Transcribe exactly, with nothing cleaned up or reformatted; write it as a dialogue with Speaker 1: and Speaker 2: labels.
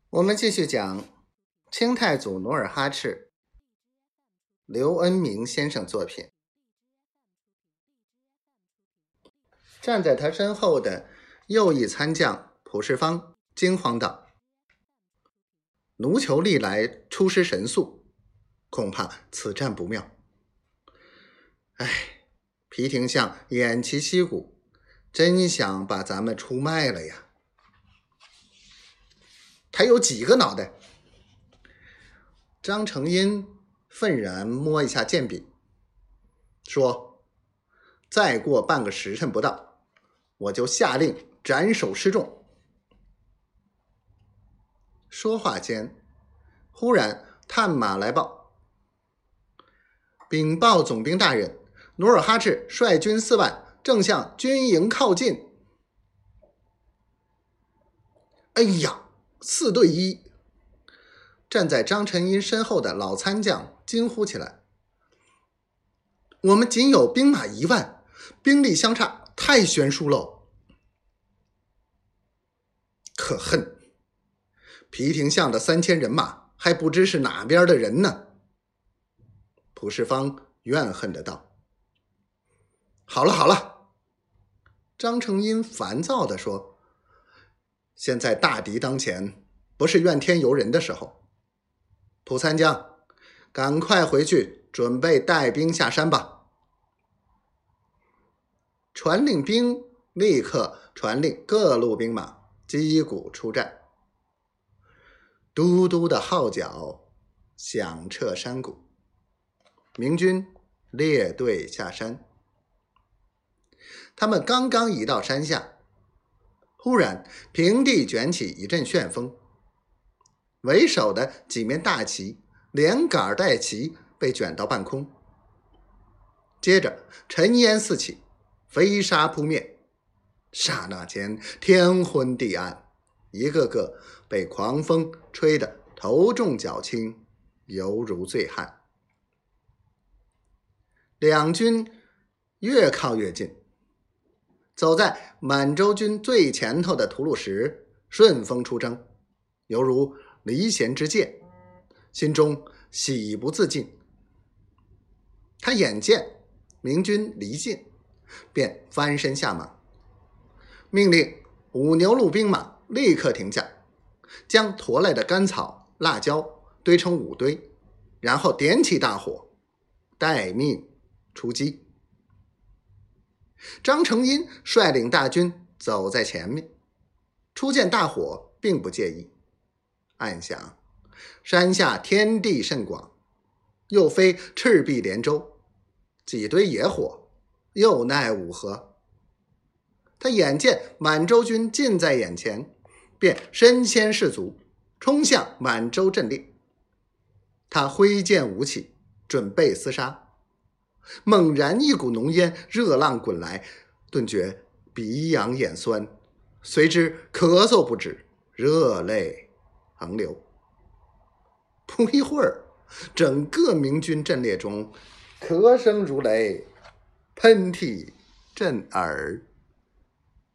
Speaker 1: 我们继续讲清太祖努尔哈赤，刘恩明先生作品。站在他身后的右翼参将蒲世芳惊慌道：“奴酋历来出师神速，恐怕此战不妙。”哎，皮廷相偃旗息鼓，真想把咱们出卖了呀！他有几个脑袋？张承殷愤然摸一下剑柄，说：“再过半个时辰不到，我就下令斩首示众。”说话间，忽然探马来报：“禀报总兵大人，努尔哈赤率军四万，正向军营靠近。”哎呀，四对一！站在张承殷身后的老参将惊呼起来：“我们仅有兵马一万，兵力相差太悬殊喽！”可恨！皮廷相的三千人马还不知是哪边的人呢。蒲世芳怨恨的道。好了好了，张承殷烦躁地说：“现在大敌当前，不是怨天尤人的时候。蒲参将，赶快回去准备带兵下山吧。”传令兵立刻传令各路兵马击鼓出战，嘟嘟的号角响彻山谷，明军列队下山。他们刚刚一到山下，忽然平地卷起一阵旋风，为首的几面大旗连杆带旗被卷到半空，接着尘烟四起，飞沙扑面，刹那间天昏地暗，一个个被狂风吹得头重脚轻，犹如醉汉。两军越靠越近，走在满洲军最前头的吐鲁什顺风出征，犹如离弦之箭，心中喜不自禁。他眼见明军离近，便翻身下马，命令五牛路兵马立刻停下，将驮来的干草、辣椒堆成五堆，然后点起大火，待命出击。张承殷率领大军走在前面，初见大火并不介意，暗想山下天地甚广，又非赤壁连州，几堆野火又奈吾何？他眼见满洲军近在眼前，便身先士卒，冲向满洲阵列。他挥剑舞起，准备厮杀。猛然一股浓烟热浪滚来，顿觉鼻痒眼酸，随之咳嗽不止，热泪横流。不一会儿，整个明军阵列中咳声如雷，喷嚏震耳。